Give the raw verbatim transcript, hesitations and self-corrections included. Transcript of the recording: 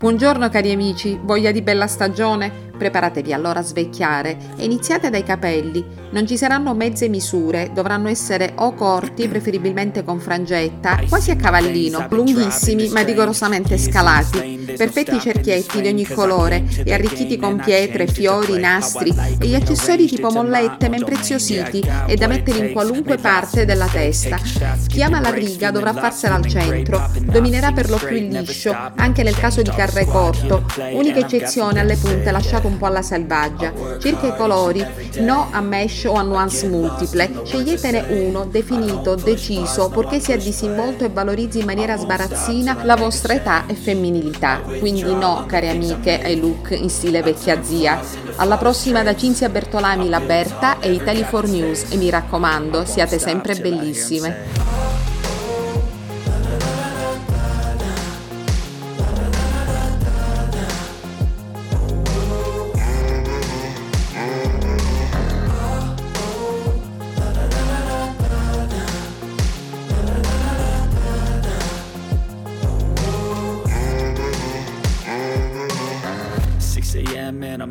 Buongiorno cari amici, voglia di bella stagione? Preparatevi allora a svecchiare e iniziate dai capelli. Non ci saranno mezze misure, dovranno essere o corti, preferibilmente con frangetta, quasi a cavallino, lunghissimi ma rigorosamente scalati, perfetti cerchietti di ogni colore e arricchiti con pietre, fiori, nastri e gli accessori tipo mollette ma impreziositi e da mettere in qualunque parte della testa. Chi ama la riga dovrà farsela al centro, dominerà per lo più il liscio, anche nel caso di carre corto, unica eccezione alle punte lasciate un po' alla selvaggia. Circa i colori, no a mesh o a nuance multiple, sceglietene uno definito, deciso, purché sia disinvolto e valorizzi in maniera sbarazzina la vostra età e femminilità. Quindi no, care amiche, ai look in stile vecchia zia. Alla prossima da Cinzia Bertolami, la Berta e Italy four News, e mi raccomando, siate sempre bellissime. six a.m. and I'm